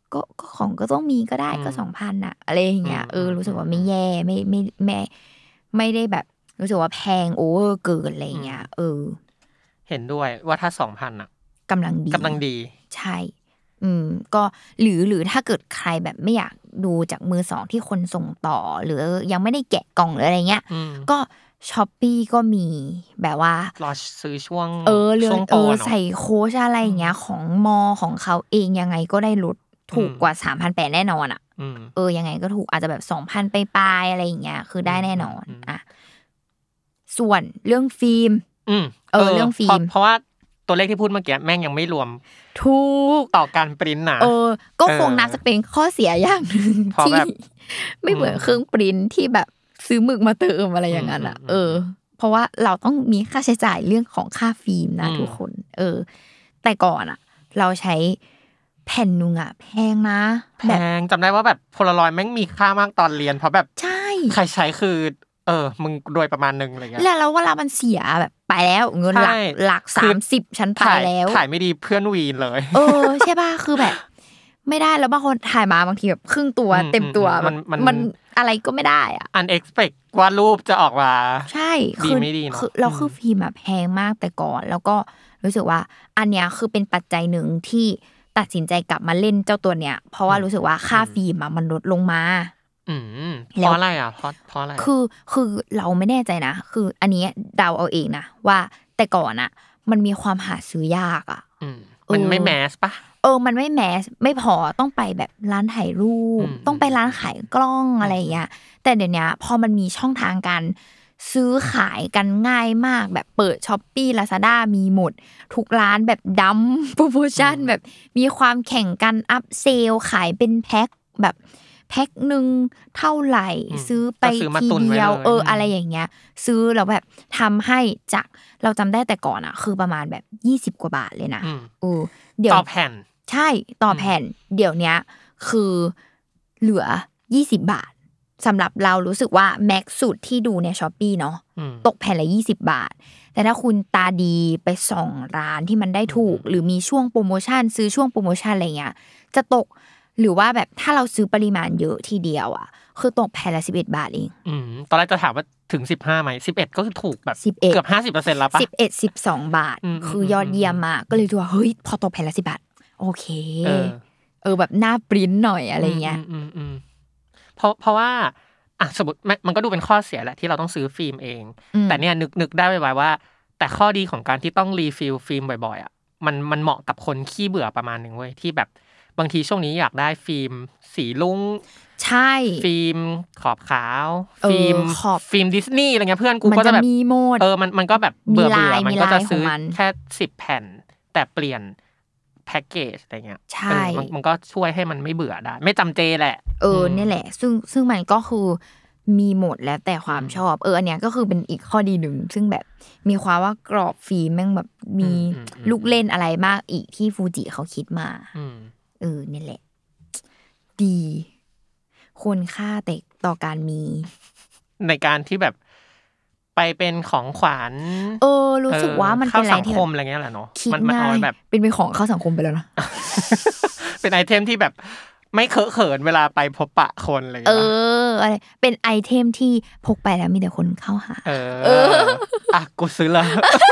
[SPEAKER 4] ก็ของก็ต้องมีก็ได้ก็ 2,000 น่ะอะไรอย่างเงี้ยรู้สึกว่าไม่แย่ไม่ได้แบบรู้สึกว่าแพงโอเวอร์เกินอะไรอย่างเงี้ย
[SPEAKER 5] เห็นด้วยว่าถ้า 2,000 น่ะ
[SPEAKER 4] กำลังดีใช่ก็หรือถ้าเกิดใครแบบไม่อยากดูจากมือสองที่คนส่งต่อหรือยังไม่ได้แกะกล่องหรืออะไรเงี้ยก็ Shopee ก็มีแบบว่าร
[SPEAKER 5] อซื้อช่วง
[SPEAKER 4] โปรใส่โค้ชอะไรอย่างเงี้ยของมอของเขาเองยังไงก็ได้ลดถูกกว่า 3,800 แน่นอนอ่ะยังไงก็ถูกอาจจะแบบ 2,000 ปลายๆอะไรอย่างเงี้ยคือได้แน่นอนอ่ะส่วนเรื่องฟิล์มเรื่องฟิล์ม
[SPEAKER 5] เพราะว่าตัวเลขที่พูดเมื่อกี้แม่งยังไม่รวม
[SPEAKER 4] ถูก
[SPEAKER 5] ต่อการปริ้นนะ
[SPEAKER 4] ก็คงน่าจะเป็นข้อเสียอย่างนึงที่ไม่เหมือนเครื่องปริ้นที่แบบซื้อหมึกมาเติมอะไรอย่างนั้นอ่ะเพราะว่าเราต้องมีค่าใช้จ่ายเรื่องของค่าฟิล์มนะทุกคนแต่ก่อนอ่ะเราใช้แผ่นนึงอ่ะแพงนะ
[SPEAKER 5] แพงจำได้ว่าแบบโพลารอยด์แม่งมีค่ามากตอนเรียนเพราะแบบ
[SPEAKER 4] ใช่
[SPEAKER 5] ใครใช้คือมึงโดยประมาณนึงอะไรเงี้ย
[SPEAKER 4] แล้วเวลามันเสียแบบไปแล้วเงินหลัก30ชั้นไปแล้ว
[SPEAKER 5] ถ่ายไม่ดีเพื่อนวีนเลย
[SPEAKER 4] ใช่ป่ะคือแบบไม่ได้แล้วบางคนถ่ายมาบางทีแบบครึ่งตัวเต็มตัวมันอะไรก็ไม่ได้อ่ะ
[SPEAKER 5] unexpect ว่ารูปจะออกมา
[SPEAKER 4] ใช่
[SPEAKER 5] ดีไม่ดีเนาะ
[SPEAKER 4] เราคือฟิล์มแบบแพงมากแต่ก่อนแล้วก็รู้สึกว่าอันเนี้ยคือเป็นปัจจัยหนึ่งที่ตัดสินใจกลับมาเล่นเจ้าตัวเนี้ยเพราะว่ารู้สึกว่าค่าฟิล์มมันลดลงมา
[SPEAKER 5] เพราะอะไรอ่ะเพราะอะไร
[SPEAKER 4] คือเราไม่แน่ใจนะคืออันนี้เดาเอาเองนะว่าแต่ก่อนอ่ะมันมีความหาซื้อยากอ่ะ
[SPEAKER 5] มันไม่แมสปะ
[SPEAKER 4] มันไม่แมสไม่พอต้องไปแบบร้านถ่ายรูปต้องไปร้านขายกล้องอะไรอย่างเงี้ยแต่เดี๋ยวนี้พอมันมีช่องทางการซื้อขายกันง่ายมากแบบเปิด Shopee Lazada มีหมดทุกร้านแบบดัมโปรโมชั่นแบบมีความแข่งกันอัพเซลขายเป็นแพ็คแบบแพ็คนึงเท่าไหร่ซื้อไปทีเดียวอะไรอย่างเงี้ยซื้อแล้วแบบทำให้จากเราจำได้แต่ก่อนอ่ะคือประมาณแบบ20 กว่าบาทเลยนะ
[SPEAKER 5] เดี๋ยวต่อแผ่น
[SPEAKER 4] ใช่ต่อแผ่นเดี๋ยวนี้คือเหลือ20 บาทสำหรับเรารู้สึกว่าแม็กซ์สุดที่ดูใน Shopee เนาะตกแผ่นละ20 บาทแต่ถ้าคุณตาดีไปส่องร้านที่มันได้ถูกหรือมีช่วงโปรโมชั่นซื้อช่วงโปรโมชั่นอะไรเงี้ยจะตกหรือว่าแบบถ้าเราซื้อปริมาณเยอะทีเดียวอ่ะคือตกแผ่นละ11 บาทเอง
[SPEAKER 5] ตอนแรกจะถามว่าถึง15มั้ย11ก็คือถูกแบบเกือบ 50% แล้วป่ะ
[SPEAKER 4] 11 12 บาทคือยอดเยี่ยมมากก็เลยว่าเฮ้ยพอตกแผ่นละ10 บาทโอเคแบบหน้าปริ้นหน่อยอะไรเงี้ย
[SPEAKER 5] เพราะว่าสมมติมันก็ดูเป็นข้อเสียแหละที่เราต้องซื้อฟิล์มเองแต่เนี่ยนึกได้ไว้ว่าแต่ข้อดีของการที่ต้องรีฟิลฟิล์มบ่อยๆอ่ะมันเหมาะกับคนขี้เบื่อประมาณนึงเว้ยที่แบบบางทีช่วงนี้อยากได้ฟิล์มสีลุ้ง
[SPEAKER 4] ใช่
[SPEAKER 5] ฟิล์มขอบขาวฟิล์มดิสนีย์อะไรเงี้ยเพื่อนกูก็จะแบบมันก็แบบเบื่อมันก็จะซื้อแค่10 แผ่นแต่เปลี่ยนแพ็คเกจอะไรเงี้ยมันก็ช่วยให้มันไม่เบื่อได้ไม่จำเจแหละ
[SPEAKER 4] นี่แหละซึ่งมันก็คือมีหมดแล้วแต่ความชอบอันเนี้ยก็คือเป็นอีกข้อดีหนึ่งซึ่งแบบมีความว่ากรอบฟิล์มแม่งแบบมีลูกเล่นอะไรมากอีกที่ฟูจิเขาคิดมานี่แหละดีคุณค่าแต่ต่อการมี
[SPEAKER 5] ในการที่แบบไปเป็นของขวัญ
[SPEAKER 4] รู้สึกว่ามันเป็นอะไร
[SPEAKER 5] ที่สังคมอะไรเงี้ยแหละเนาะ
[SPEAKER 4] มันเอาแบบเป็นของเข้าสังคมไปแล้วนะ
[SPEAKER 5] เป็นไอเทมที่แบบไม่เคอะเขินเวลาไปพบปะคนอะไร
[SPEAKER 4] อะไรเป็นไอเทมที่พกไปแล้วมีแต่คนเข้าหา
[SPEAKER 5] กูซื้อแล้ว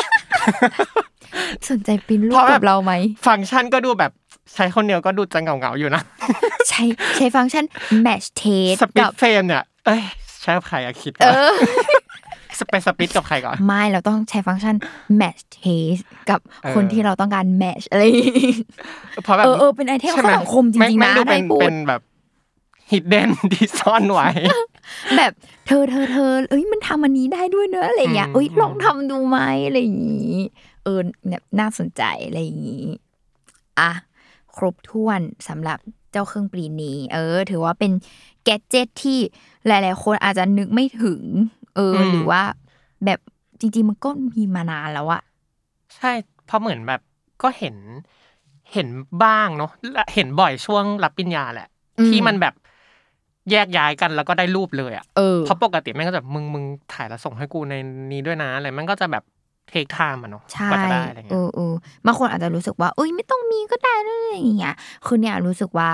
[SPEAKER 4] สนใจปริ้นรูปกับเราไหม
[SPEAKER 5] ฟังก์ชันก็ดูแบบใช้คนเดียวก็ดูจะเหงาๆอยู่นะ
[SPEAKER 4] ใช้ฟังก์ชัน match taste
[SPEAKER 5] สปิดเฟรมเนี่ยใช้กับใครอะคิดไปสปิดกับใครก่อน
[SPEAKER 4] ไม่เราต้องใช้ฟังก์ชัน match taste กับคนที่เราต้องการ match อะไร
[SPEAKER 5] เพราะแบบ
[SPEAKER 4] เป็นไอเทมของสังคมจริงๆนะ
[SPEAKER 5] เป็นแบบ hidden ที่ซ่อนไว้
[SPEAKER 4] แบบเธอมันทำอันนี้ได้ด้วยเนอะอะไรเงี้ยลองทำดูไหมอะไรอย่างงี้แบบน่าสนใจอะไรอย่างงี้ครบถ้วนสำหรับเจ้าเครื่องปริ้นนี้ถือว่าเป็นแกดเจ็ตที่หลายๆคนอาจจะนึกไม่ถึงหรือว่าแบบจริงๆมันก็มีมานานแล้วอะ
[SPEAKER 5] ใช่เพราะเหมือนแบบก็เห็นบ้างเนาะเห็นบ่อยช่วงรับปริญญาแหละที่มันแบบแยกย้ายกันแล้วก็ได้รูปเลยอะเพราะปกติแม่งก็แบบมึงถ่ายแล้วส่งให้กูในนี้ด้วยนะอะไรมันก็จะแบบเทคไทม์อ่ะเนาะ
[SPEAKER 4] กว่าจะได้อะไรเงี้ยบางคนอาจจะรู้สึกว่าไม่ต้องมีก็ได้อะไรอย่างเงี้ยคือเนี่ยรู้สึกว่า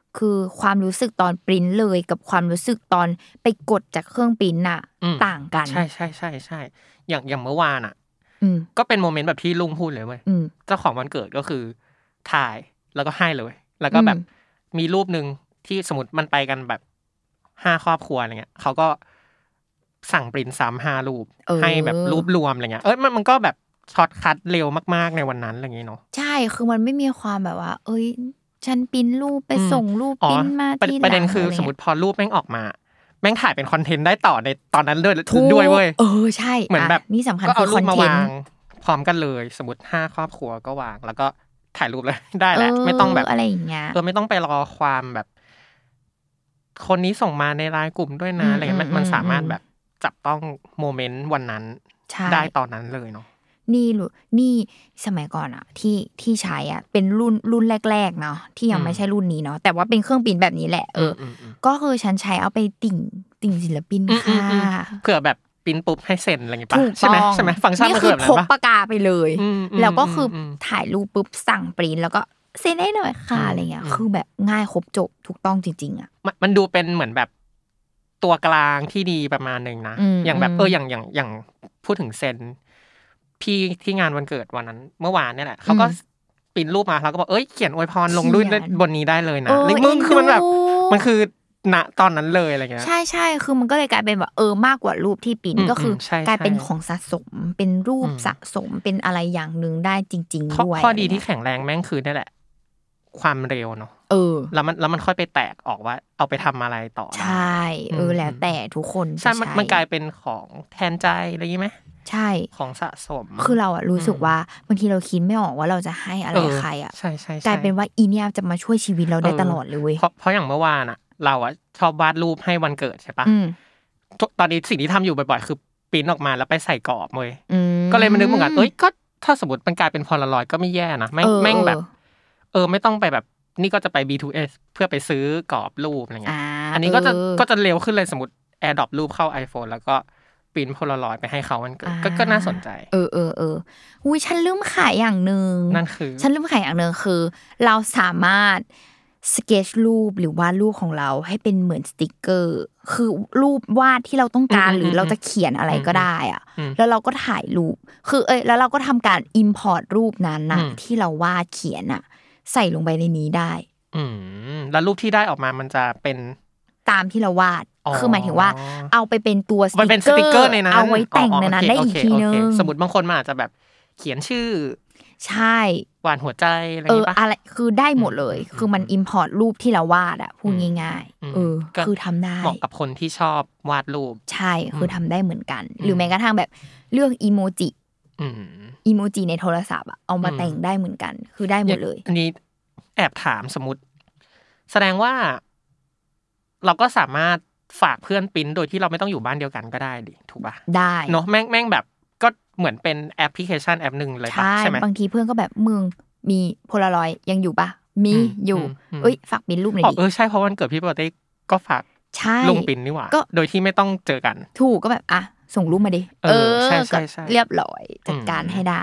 [SPEAKER 4] คือความรู้สึกตอนปริ้นเลยกับความรู้สึกตอนไปกดจากเครื่องปริ้นน่ะต่างกัน
[SPEAKER 5] ใช่ๆๆๆอย่างเมื่อวานอ่ะก็เป็นโมเมนต์แบบที่ลุงพูดเลยเว้ยเจ้าของวันเกิดก็คือถ่ายแล้วก็ให้เลยแล้วก็แบบมีรูปนึงที่สมมุติมันไปกันแบบ5ครอบครัวอะไรเงี้ยเขาก็สั่งปริ้นซ้ำ5รูปให้แบบรูปรวมอะไรเงี้ยมันก็แบบช็อตคัทเร็วมากๆในวันนั้นอะไรเงี้ยเนาะ
[SPEAKER 4] ใช่คือมันไม่มีความแบบว่าฉันปริ้นรูปไปส่งรูปปริ้นมาที่หลัง
[SPEAKER 5] ประเด็นคือสมมุติพอรูปแม่งออกมาแม่งถ่ายเป็นคอนเทนต์ได้ต่อในตอนนั้นด้วยเว้ย
[SPEAKER 4] ใช่
[SPEAKER 5] เหมือนแบบ
[SPEAKER 4] นี่สำคัญคือคอนเทนต์
[SPEAKER 5] พร้อมกันเลยสมมุติ5ครอบครัวก็วางแล้วก็ถ่ายรูปเลยได้แหละไม่ต้องแบบ
[SPEAKER 4] อะไรอย่างเงี้ย
[SPEAKER 5] ไม่ต้องไปรอความแบบคนนี้ส่งมาในไลน์กลุ่มด้วยนะอะไรมันสามารถแบบจับต้องโมเมนต์วันนั้นได้ตอนนั้นเลยเนาะ
[SPEAKER 4] นี่สมัยก่อนอ่ะที่ใช้อ่ะเป็นรุ่นแรกๆเนาะที่ยังไม่ใช่รุ่นนี้เนาะแต่ว่าเป็นเครื่องปริ้นแบบนี้แหละก็คือฉันใช้เอาไปติ่งศิลปินค่ะ
[SPEAKER 5] เผื่อแบบปริ้นปุ๊บให้เซ็นอะไรอย่างงี้ป่ะใช่ไหมฟังก์ชันมันคือแบบ
[SPEAKER 4] นั้นป่ะนี่คือพกปากกาไปเลยแล้วก็คือถ่ายรูปปุ๊บสั่งปริ้นแล้วก็เซ็นให้หน่อยค่ะอะไรเงี้ยคือแบบง่ายครบจบถูกต้องจริงๆอ่ะ
[SPEAKER 5] มันดูเป็นเหมือนแบบตัวกลางที่ดีประมาณนึงนะอย่างแบบอย่างพูดถึงเซ็นพี่ที่งานวันเกิดวันนั้นเมื่อวานเนี่ยแหละเขาก็ปริ้นรูปมาแล้วก็บอกเขียนอวยพรลงด้วยบนนี้ได้เลยนะมึงคือมันแบบมันคือณตอนนั้นเลยอะไรเงี้ย
[SPEAKER 4] ใช่ๆคือมันก็เลยกลายเป็นแบบมากกว่ารูปที่ปริ้นก็คือกลายเป็นของสะสมเป็นรูปสะสมเป็นอะไรอย่างนึงได้จริงๆด้วย
[SPEAKER 5] ข้อดีที่แข็งแรงแม่งคือนี่แหละความเร็วเนาะแล้วมันค่อยไปแตกออกว่าเอาไปทำอะไรต่อ
[SPEAKER 4] ใช่แล้วแต่ทุกคน
[SPEAKER 5] ใช่มันกลายเป็นของแทนใจอะไรอย่างงี้มั้ย
[SPEAKER 4] ใช่
[SPEAKER 5] ของสะสม
[SPEAKER 4] คือเราอ่ะรู้สึกว่าบางทีเราคิดไม่ออกว่าเราจะให้อะไรใครอ่ะ
[SPEAKER 5] ใช่ๆ
[SPEAKER 4] กลายเป็นว่าอีเนี่ยจะมาช่วยชีวิตเราได้ตลอดเลยเว้ย
[SPEAKER 5] เพราะอย่างเมื่อวานอ่ะเราอ่ะชอบวาดรูปให้วันเกิดใช่ปะตอนนี้สิ่งที่ทำอยู่บ่อยๆคือปริ้นออกมาแล้วไปใส่กรอบเว้ยก็เลยมานึกเหมือนกันก็ถ้าสมมติมันกลายเป็นพอลารอยด์ก็ไม่แย่นะแม่งแบบไม่ต้องไปแบบนี่ก็จะไป B2S เพื่อไปซื้อกรอบรูปอะไรเงี้ยอันนี้ก็จะเร็วขึ้นเลยสมมติ AirDrop รูปเข้า iPhone แล้วก็ปริ้นโพลารอยด์ไปให้เขาวันเกิดก็น่าสนใจ
[SPEAKER 4] อุ้ยฉันลืมขายอย่างนึง
[SPEAKER 5] นั่นคือ
[SPEAKER 4] ฉันลืมขายอย่างนึงคือเราสามารถสเก็ตรูปหรือวาดรูปของเราให้เป็นเหมือนสติกเกอร์คือรูปวาดที่เราต้องการหรือเราจะเขียนอะไรก็ได้อ่ะแล้วเราก็ถ่ายรูปคือแล้วเราก็ทำการ import รูปนั้นน่ะที่เราวาดเขียนน่ะใส่ลงไปในนี้ได้
[SPEAKER 5] แล้วรูปที่ได้ออกมามันจะเป็น
[SPEAKER 4] ตามที่เราวาดคือหมายถึงว่าเอาไปเป็นตัวสติกเกอร์
[SPEAKER 5] ในนั้น
[SPEAKER 4] เอาไว้แต่งในนั้นได้อีกทีนึง
[SPEAKER 5] สมมุติบางคนมันอาจจะแบบเขียนชื่อ
[SPEAKER 4] ใช่
[SPEAKER 5] หวานหัวใจอะไรอย่างงี้ป่ะ
[SPEAKER 4] อะไรคือได้หมดเลยคือมัน import รูปที่เราวาดอ่ะพูดง่ายๆคือทำได้
[SPEAKER 5] เหมาะกับคนที่ชอบวาดรูป
[SPEAKER 4] ใช่คือทำได้เหมือนกันหรือแม้กระทั่งแบบเรื่องอีโมจิในโทรศัพท์อ่ะเอามาแต่งได้เหมือนกันคือได้หมดเลย
[SPEAKER 5] อันนี้แอบถามสมมุติแสดงว่าเราก็สามารถฝากเพื่อนปริ้นโดยที่เราไม่ต้องอยู่บ้านเดียวกันก็ได้ดิถูกป่ะ
[SPEAKER 4] ได้
[SPEAKER 5] เนาะแม่งแบบก็เหมือนเป็นแอปพลิเคชันแอปนึงเลยป่ะใช่มั้ย
[SPEAKER 4] บางทีเพื่อนก็แบบมึงมีโพลารอยด์ยังอยู่ป่ะมีอยู่ฝากปริ้นรูปหน่อยดิ
[SPEAKER 5] ใช่เพราะวันเกิดพี่ปอเต้ก็ฝากลงปริ้นนี่หว่าโดยที่ไม่ต้องเจอกัน
[SPEAKER 4] ถูกก็แบบส่งรูปมาดิใช่ๆเรียบร้อยจัดการให้ได้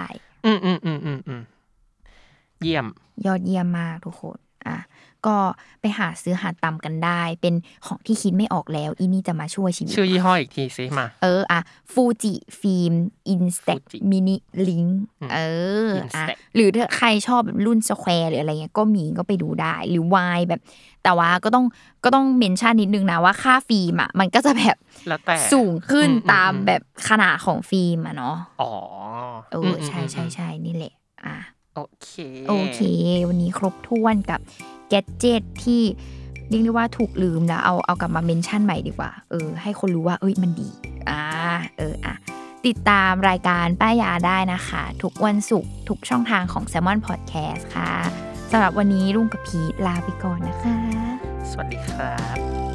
[SPEAKER 5] เยี่ยม
[SPEAKER 4] ยอดเยี่ยมมากทุกคนก็ไปหาซื้อหาตำกันได้เป็นของที่คิดไม่ออกแล้วอีนี่จะมาช่วยชีวิต
[SPEAKER 5] ชื่อยี่ห้ออีกทีซิมา
[SPEAKER 4] ฟูจิฟิล์ม Instax Mini Link หรือถ้าใครชอบแบบรุ่นสแควร์หรืออะไรเงี้ยก็มีก็ไปดูได้หรือวายแบบแต่ว่าก็ต้องเมนชั่นนิดนึงนะว่าค่าฟิล์มมันก็จะแบบสูงขึ้นตามแบบขนาดของฟิล์มเนาะใช่ๆๆนี่แหละ
[SPEAKER 5] โอเค
[SPEAKER 4] วันนี้ครบถ้วนกับแกดเจ็ตที่เรียกได้ว่าถูกลืมแล้วเอากลับมาเมนชั่นใหม่ดีกว่าให้คนรู้ว่ามันดีติดตามรายการป้ายาได้นะคะทุกวันศุกร์ทุกช่องทางของ Salmon Podcast ค่ะสำหรับวันนี้รุ่งกับพีทลาไปก่อนนะคะ
[SPEAKER 5] สวัสดีครับ